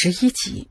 11集。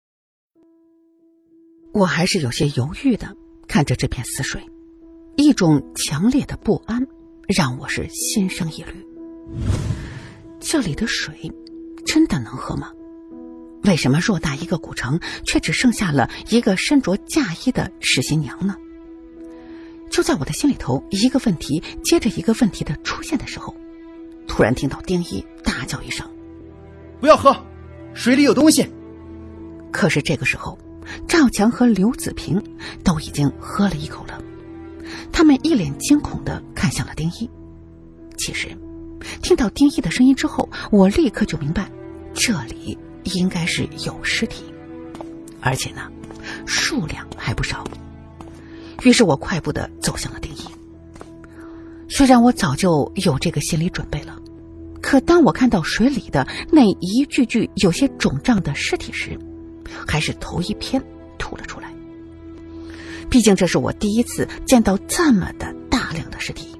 我还是有些犹豫的看着这片死水，一种强烈的不安让我是心生疑虑。这里的水真的能喝吗？为什么偌大一个古城却只剩下了一个身着嫁衣的侍新娘呢？就在我的心里头一个问题接着一个问题的出现的时候，突然听到丁一大叫一声： 不要喝，水里有东西。 可是这个时候赵强和刘子平都已经喝了一口了，他们一脸惊恐地看向了丁一。其实听到丁一的声音之后，我立刻就明白这里应该是有尸体，而且呢数量还不少。于是我快步地走向了丁一。虽然我早就有这个心理准备了，可当我看到水里的那一具具有些肿胀的尸体时，还是头一偏吐了出来。毕竟这是我第一次见到这么的大量的尸体。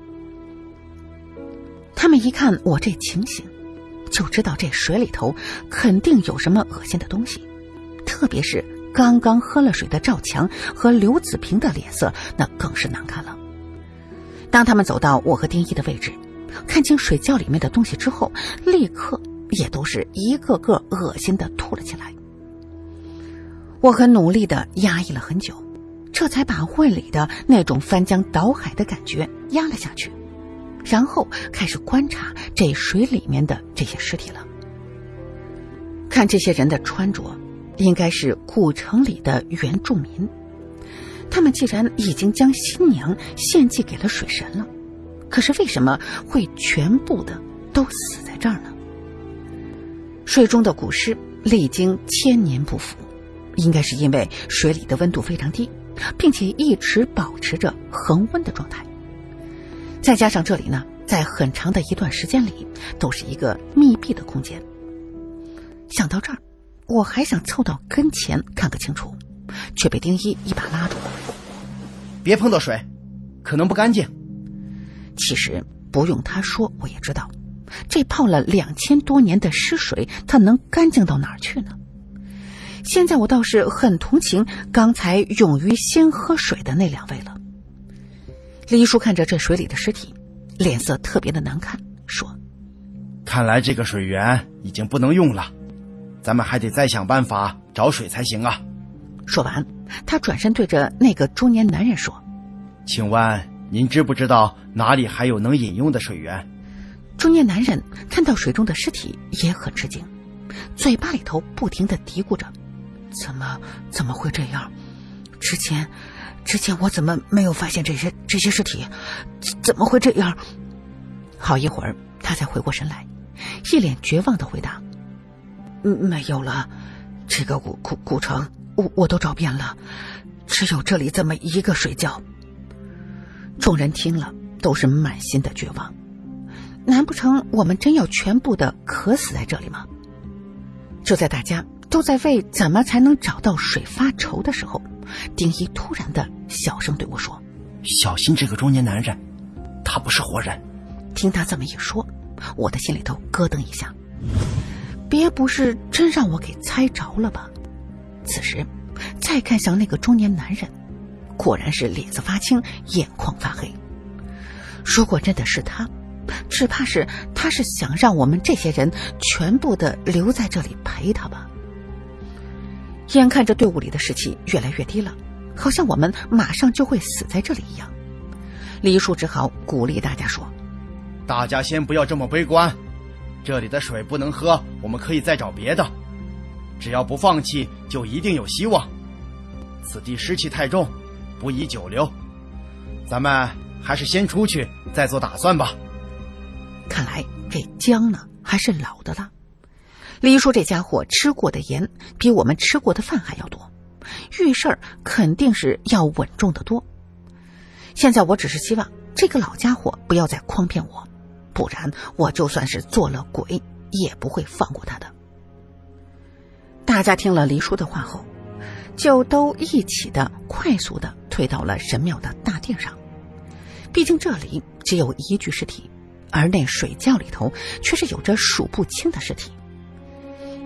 他们一看我这情形，就知道这水里头肯定有什么恶心的东西，特别是刚刚喝了水的赵强和刘子平的脸色那更是难看了。当他们走到我和丁一的位置，看清水窖里面的东西之后，立刻也都是一个个恶心的吐了起来。我很努力的压抑了很久，这才把胃里的那种翻江倒海的感觉压了下去，然后开始观察这水里面的这些尸体了。看这些人的穿着，应该是古城里的原住民。他们既然已经将新娘献祭给了水神了，可是为什么会全部的都死在这儿呢？水中的古尸历经千年不腐，应该是因为水里的温度非常低，并且一直保持着恒温的状态。再加上这里呢，在很长的一段时间里都是一个密闭的空间。想到这儿，我还想凑到跟前看个清楚，却被丁一把拉住了。 别碰到水，可能不干净。 其实不用他说我也知道，这泡了2000多年的尸水，它能干净到哪儿去呢？现在我倒是很同情刚才勇于先喝水的那2位了。李叔看着这水里的尸体，脸色特别的难看，说： 看来这个水源已经不能用了，咱们还得再想办法找水才行啊。 说完，他转身对着那个中年男人说： 请问您知不知道哪里还有能饮用的水源？ 中年男人看到水中的尸体也很吃惊，嘴巴里头不停地嘀咕着：怎么会这样？之前我怎么没有发现这些尸体？怎么会这样？好一会儿他才回过神来，一脸绝望地回答：没有了，这个古城我都找遍了，只有这里这么一个水窖。众人听了都是满心的绝望，难不成我们真要全部的渴死在这里吗？就在大家都在为怎么才能找到水发愁的时候，丁一突然的小声对我说： 小心这个中年男人，他不是活人。 听他这么一说，我的心里头咯噔一下，别不是真让我给猜着了吧？此时再看向那个中年男人，果然是脸色发青，眼眶发黑。如果真的是他，只怕是他是想让我们这些人全部的留在这里陪他吧。眼看着队伍里的士气越来越低了，好像我们马上就会死在这里一样。李叔只好鼓励大家说： 大家先不要这么悲观，这里的水不能喝，我们可以再找别的，只要不放弃就一定有希望。此地湿气太重，不宜久留，咱们还是先出去再做打算吧。 看来这姜呢还是老的了。李叔这家伙吃过的盐比我们吃过的饭还要多，遇事儿肯定是要稳重得多。现在我只是希望这个老家伙不要再诓骗我，不然我就算是做了鬼也不会放过他的。大家听了黎叔的话后，就都一起的快速的退到了神庙的大殿上。毕竟这里只有一具尸体，而那水窖里头却是有着数不清的尸体。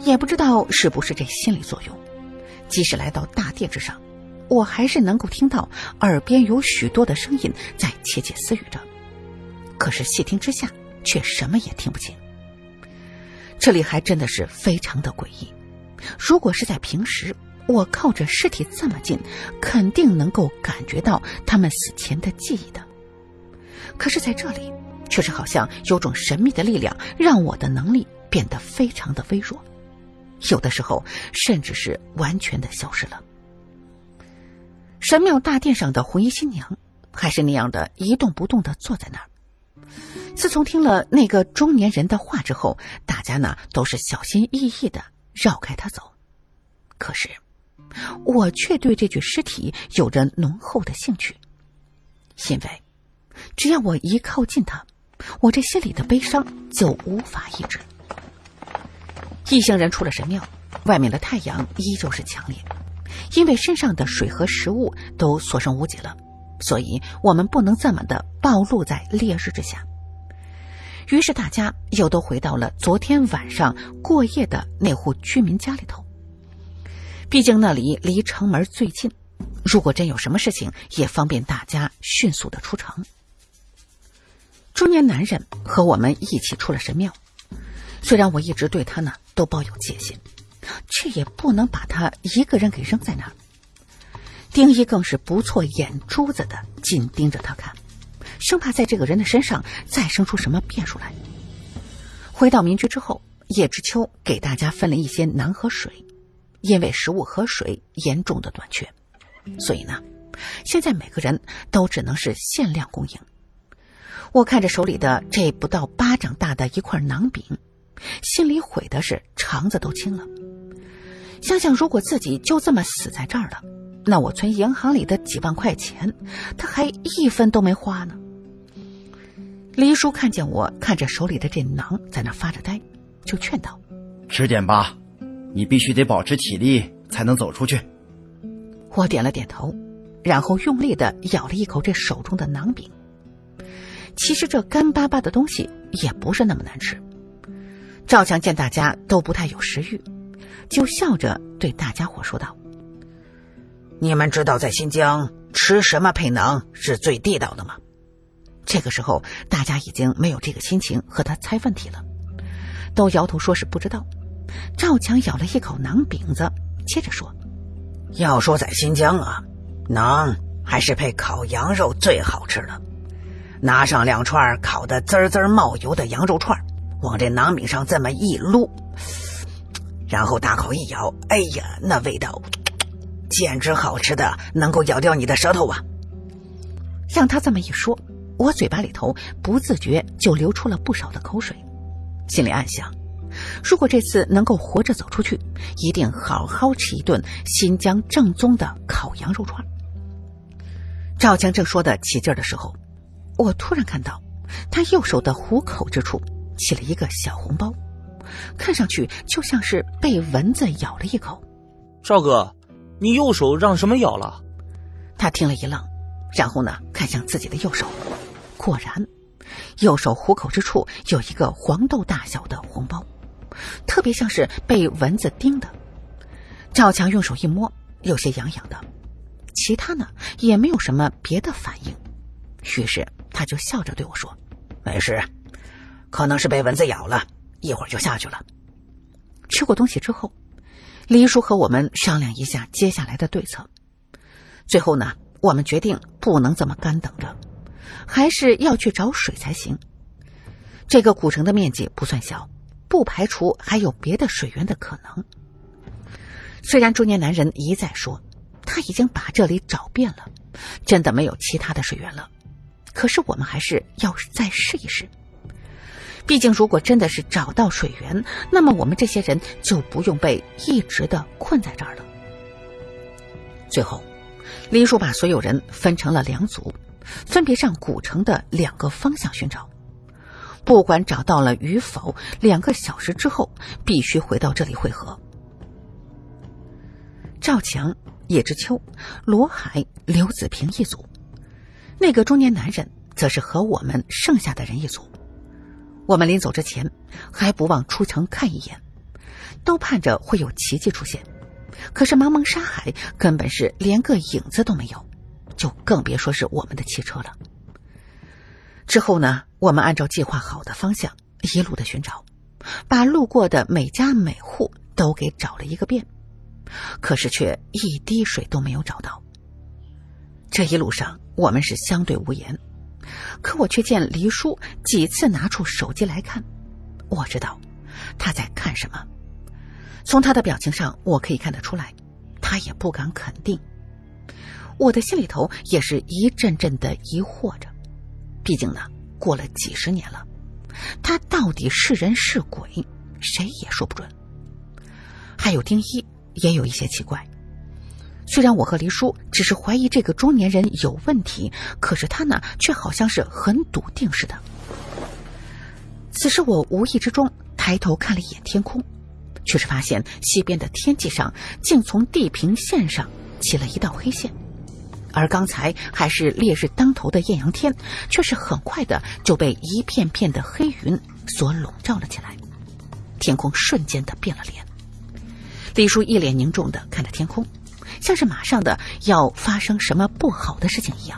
也不知道是不是这心理作用，即使来到大殿之上，我还是能够听到耳边有许多的声音在窃窃私语着，可是细听之下却什么也听不清。这里还真的是非常的诡异，如果是在平时，我靠着尸体这么近，肯定能够感觉到他们死前的记忆的。可是在这里，却是好像有种神秘的力量，让我的能力变得非常的微弱，有的时候甚至是完全的消失了。神庙大殿上的红衣新娘还是那样的一动不动地坐在那儿。自从听了那个中年人的话之后，大家呢都是小心翼翼地绕开他走。可是我却对这具尸体有着浓厚的兴趣，因为只要我一靠近他，我这心里的悲伤就无法抑制。一行人出了神庙，外面的太阳依旧是强烈，因为身上的水和食物都所剩无几了，所以我们不能这么的暴露在烈日之下。于是大家又都回到了昨天晚上过夜的那户居民家里头，毕竟那里离城门最近，如果真有什么事情，也方便大家迅速的出城。中年男人和我们一起出了神庙，虽然我一直对他呢都抱有戒心，却也不能把他一个人给扔在那儿。丁一更是不错眼珠子的紧盯着他看，生怕在这个人的身上再生出什么变数来。回到民居之后，叶知秋给大家分了一些馕和水，因为食物和水严重的短缺，所以呢，现在每个人都只能是限量供应。我看着手里的这不到巴掌大的一块馕饼，心里悔的是肠子都青了。想想如果自己就这么死在这儿了，那我存银行里的几万块钱，他还一分都没花呢。黎叔看见我看着手里的这馕在那发着呆，就劝道： 吃点吧，你必须得保持体力才能走出去。 我点了点头，然后用力地咬了一口这手中的馕饼。其实这干巴巴的东西也不是那么难吃。赵强见大家都不太有食欲，就笑着对大家伙说道：你们知道在新疆吃什么配馕是最地道的吗？这个时候大家已经没有这个心情和他猜问题了，都摇头说是不知道。赵强咬了一口馕饼子，接着说：要说在新疆啊，馕还是配烤羊肉最好吃的。拿上2串烤的滋滋冒油的羊肉串，往这馕饼上这么一撸，然后大口一咬，哎呀，那味道简直好吃的能够咬掉你的舌头啊！让他这么一说，我嘴巴里头不自觉就流出了不少的口水，心里暗想，如果这次能够活着走出去，一定好好吃一顿新疆正宗的烤羊肉串。赵强正说得起劲的时候，我突然看到他右手的虎口之处起了一个小红包，看上去就像是被蚊子咬了一口。 赵哥，你右手让什么咬了？ 他听了一愣，然后呢看向自己的右手，果然右手虎口之处有一个黄豆大小的红包，特别像是被蚊子叮的。赵强用手一摸，有些痒痒的，其他呢也没有什么别的反应，于是他就笑着对我说：没事，可能是被蚊子咬了，一会儿就下去了。吃过东西之后，黎叔和我们商量一下接下来的对策。最后呢，我们决定不能这么干等着，还是要去找水才行。这个古城的面积不算小，不排除还有别的水源的可能。虽然中年男人一再说他已经把这里找遍了，真的没有其他的水源了，可是我们还是要再试一试。毕竟如果真的是找到水源，那么我们这些人就不用被一直的困在这儿了。最后黎叔把所有人分成了2组，分别上古城的2个方向寻找。不管找到了与否，2个小时之后必须回到这里会合。赵强、叶知秋、罗海、刘子平一组，那个中年男人则是和我们剩下的人一组。我们临走之前还不忘出城看一眼， 都盼着会有奇迹出现，可是茫茫沙海根本是连个影子都没有，就更别说是我们的汽车了。之后呢，我们按照计划好的方向一路的寻找，把路过的每家每户都给找了一个遍，可是却一滴水都没有找到。这一路上我们是相对无言，可我却见黎叔几次拿出手机来看，我知道他在看什么。从他的表情上我可以看得出来，他也不敢肯定。我的心里头也是一阵阵的疑惑着，毕竟呢，过了几十年了，他到底是人是鬼，谁也说不准。还有丁一也有一些奇怪，虽然我和黎叔只是怀疑这个中年人有问题，可是他呢，却好像是很笃定似的。此时我无意之中抬头看了一眼天空，却是发现西边的天际上竟从地平线上起了一道黑线，而刚才还是烈日当头的艳阳天，却是很快的就被一片片的黑云所笼罩了起来，天空瞬间的变了脸。李叔一脸凝重的看着天空，像是马上的要发生什么不好的事情一样。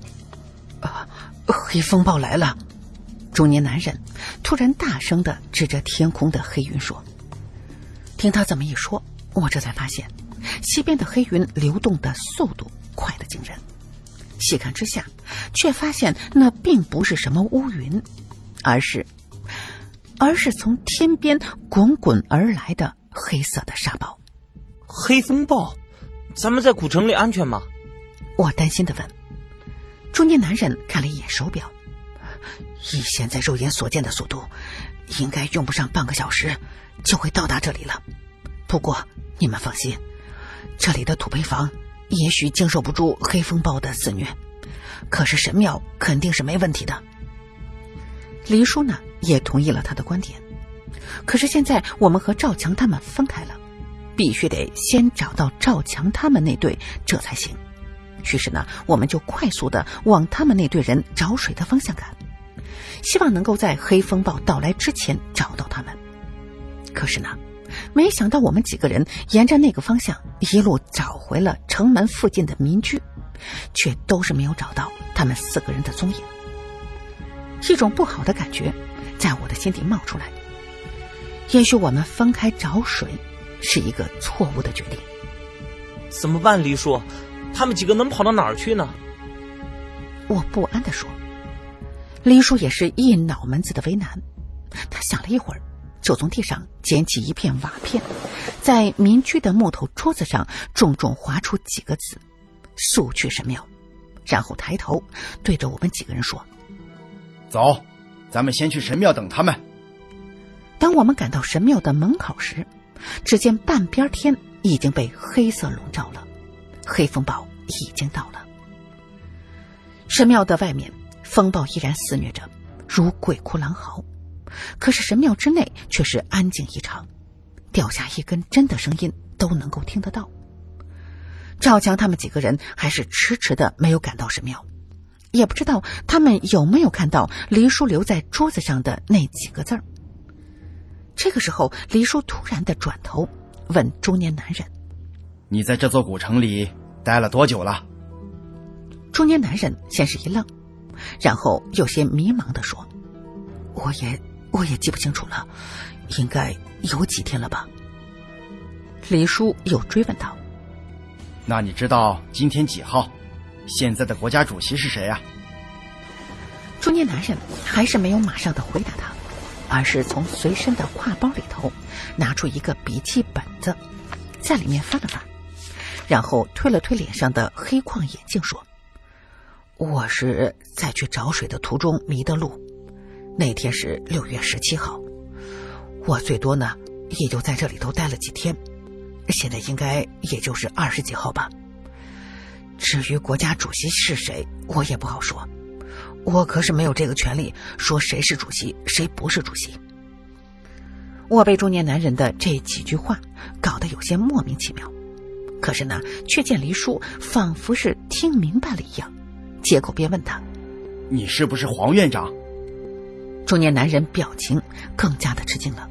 黑风暴来了！中年男人突然大声的指着天空的黑云说。听他这么一说，我这才发现西边的黑云流动的速度快得惊人，细看之下却发现那并不是什么乌云，而是从天边滚滚而来的黑色的沙暴。 黑风暴？咱们在古城里安全吗？ 我担心地问。中年男人看了一眼手表，以现在肉眼所见的速度，应该用不上半个小时就会到达这里了。不过你们放心，这里的土坯房也许经受不住黑风暴的肆虐，可是神庙肯定是没问题的。黎叔呢也同意了他的观点，可是现在我们和赵强他们分开了，必须得先找到赵强他们那队这才行。于是呢，我们就快速的往他们那队人找水的方向赶，希望能够在黑风暴到来之前找到他们。可是呢，没想到我们几个人沿着那个方向一路找回了城门附近的民居，却都是没有找到他们4个人的踪影。一种不好的感觉在我的心底冒出来，也许我们分开找水是一个错误的决定。 怎么办，黎叔？他们几个能跑到哪儿去呢？ 我不安地说。黎叔也是一脑门子的为难，他想了一会儿，就从地上捡起一片瓦片，在民居的木头桌子上重重划出几个字：速去神庙。然后抬头对着我们几个人说： 走，咱们先去神庙等他们。 当我们赶到神庙的门口时，只见半边天已经被黑色笼罩了，黑风暴已经到了。神庙的外面风暴依然肆虐着，如鬼哭狼嚎，可是神庙之内却是安静异常，掉下一根针的声音都能够听得到。赵强他们几个人还是迟迟的没有赶到神庙，也不知道他们有没有看到黎叔留在桌子上的那几个字儿。这个时候，黎叔突然的转头问中年男人： 你在这座古城里待了多久了？ 中年男人先是一愣，然后有些迷茫地说：我也记不清楚了，应该有几天了吧。黎叔又追问道： 那你知道今天几号？现在的国家主席是谁啊？ 中年男人还是没有马上的回答他，而是从随身的挎包里头拿出一个笔记本子，在里面翻了翻，然后推了推脸上的黑框眼镜说：我是在去找水的途中迷的路，那天是6月17号，我最多呢也就在这里头待了几天，现在应该也就是20几号吧。至于国家主席是谁，我也不好说，我可是没有这个权利说谁是主席谁不是主席。我被中年男人的这几句话搞得有些莫名其妙，可是呢，却见黎叔仿佛是听明白了一样，接口便问他： 你是不是黄院长？ 中年男人表情更加的吃惊了，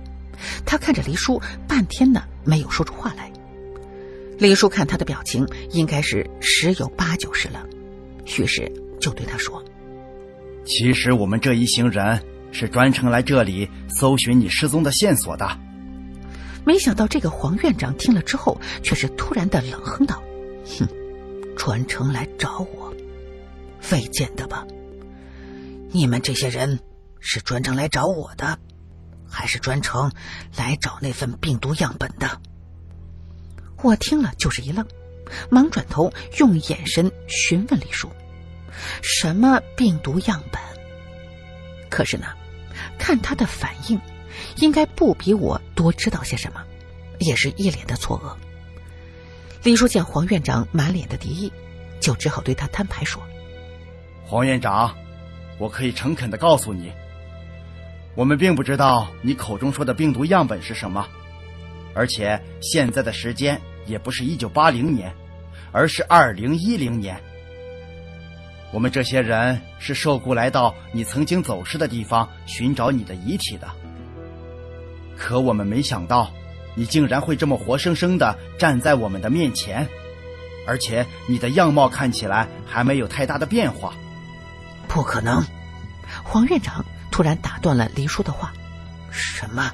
他看着黎叔，半天呢没有说出话来。黎叔看他的表情，应该是10有8、9十了，于是就对他说：“ 其实我们这一行人是专程来这里搜寻你失踪的线索的。” 没想到这个黄院长听了之后，却是突然的冷哼道：“哼，专程来找我，未见得吧？你们这些人是专程来找我的，还是专程来找那份病毒样本的？”我听了就是一愣，忙转头用眼神询问黎叔：“什么病毒样本？”可是呢，看他的反应，应该不比我多知道些什么，也是一脸的错愕。黎叔见黄院长满脸的敌意，就只好对他摊牌说：“ 黄院长，我可以诚恳地告诉你，我们并不知道你口中说的病毒样本是什么，而且现在的时间也不是1980年，而是2010年。我们这些人是受雇来到你曾经走失的地方寻找你的遗体的，可我们没想到你竟然会这么活生生地站在我们的面前，而且你的样貌看起来还没有太大的变化。”“ 不可能！”黄院长突然打断了黎叔的话：“什么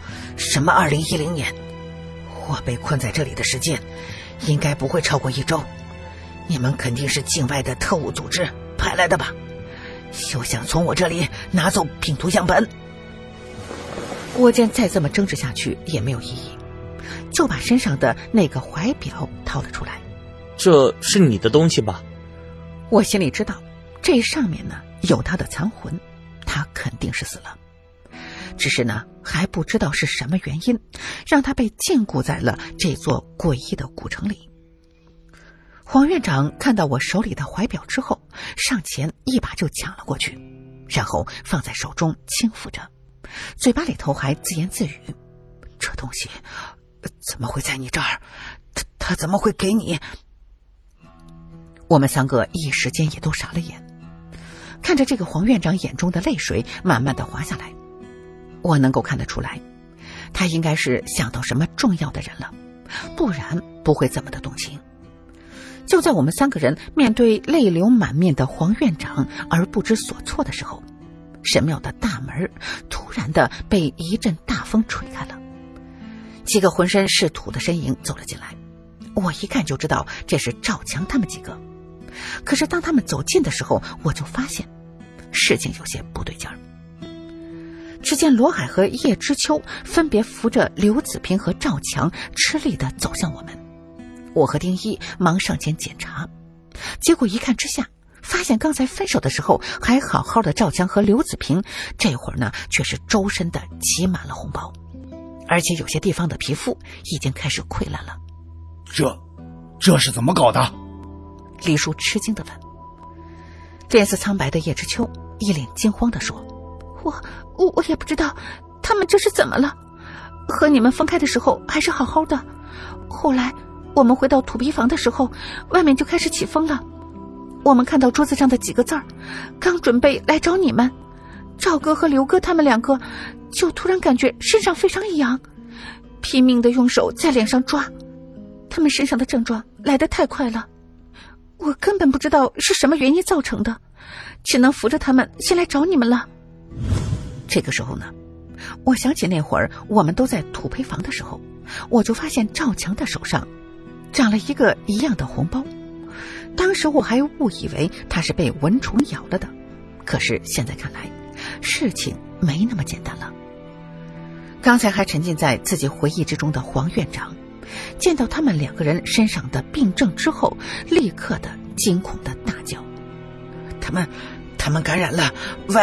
2010年？我被困在这里的时间应该不会超过1周，你们肯定是境外的特务组织派来的吧？休想从我这里拿走病毒样本！”我见再这么争执下去也没有意义，就把身上的那个怀表掏了出来。 “这是你的东西吧？” 我心里知道这上面呢有他的残魂，他肯定是死了，只是呢还不知道是什么原因让他被禁锢在了这座诡异的古城里。黄院长看到我手里的怀表之后，上前一把就抢了过去，然后放在手中轻抚着，嘴巴里头还自言自语：“这东西怎么会在你这儿？他怎么会给你？”我们3个一时间也都傻了眼，看着这个黄院长眼中的泪水慢慢的滑下来。我能够看得出来，他应该是想到什么重要的人了，不然不会这么的动情。就在我们3个人面对泪流满面的黄院长而不知所措的时候，神庙的大门突然的被一阵大风吹开了，几个浑身是土的身影走了进来。我一看就知道这是赵强他们几个，可是当他们走近的时候，我就发现事情有些不对劲儿。只见罗海和叶知秋分别扶着刘子平和赵强，吃力地走向我们。我和丁一忙上前检查，结果一看之下，发现刚才分手的时候还好好的赵强和刘子平，这会儿呢却是周身的挤满了红包，而且有些地方的皮肤已经开始溃烂了。 这是怎么搞的？ 黎叔吃惊地问。脸色苍白的叶知秋一脸惊慌地说：“我也不知道他们这是怎么了，和你们分开的时候还是好好的，后来我们回到土坯房的时候，外面就开始起风了。我们看到桌子上的几个字儿，刚准备来找你们，赵哥和刘哥他们2个就突然感觉身上非常一痒，拼命的用手在脸上抓，他们身上的症状来得太快了，我根本不知道是什么原因造成的，只能扶着他们先来找你们了。”这个时候呢，我想起那会儿我们都在土坯房的时候，我就发现赵强的手上长了一个一样的红包，当时我还误以为他是被蚊虫咬了的，可是现在看来事情没那么简单了。刚才还沉浸在自己回忆之中的黄院长见到他们2个人身上的病症之后，立刻的惊恐的大叫：“他们感染了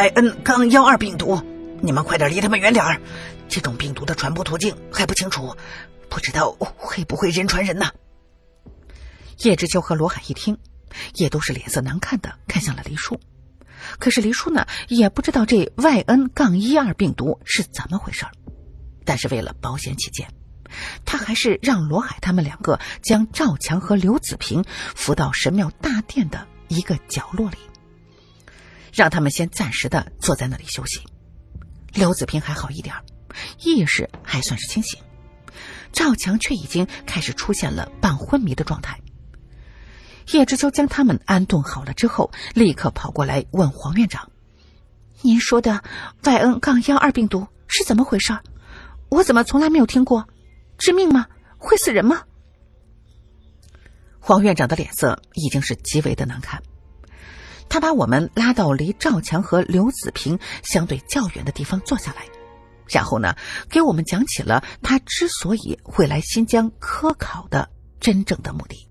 YN-12 病毒，你们快点离他们远点儿，这种病毒的传播途径还不清楚，不知道会不会人传人呢？”叶知秋和罗海一听，也都是脸色难看的看向了黎叔。可是黎叔呢，也不知道这 YN-12 病毒是怎么回事，但是为了保险起见，他还是让罗海他们2个将赵强和刘子平扶到神庙大殿的一个角落里，让他们先暂时的坐在那里休息。刘子平还好一点， 意识还算是清醒，赵强却已经开始出现了半昏迷的状态。叶知秋将他们安顿好了之后，立刻跑过来问黄院长：“您说的 YN-12 病毒是怎么回事？我怎么从来没有听过？致命吗？会死人吗？”黄院长的脸色已经是极为的难看，他把我们拉到离赵强和刘子平相对较远的地方坐下来，然后呢，给我们讲起了他之所以会来新疆科考的真正的目的。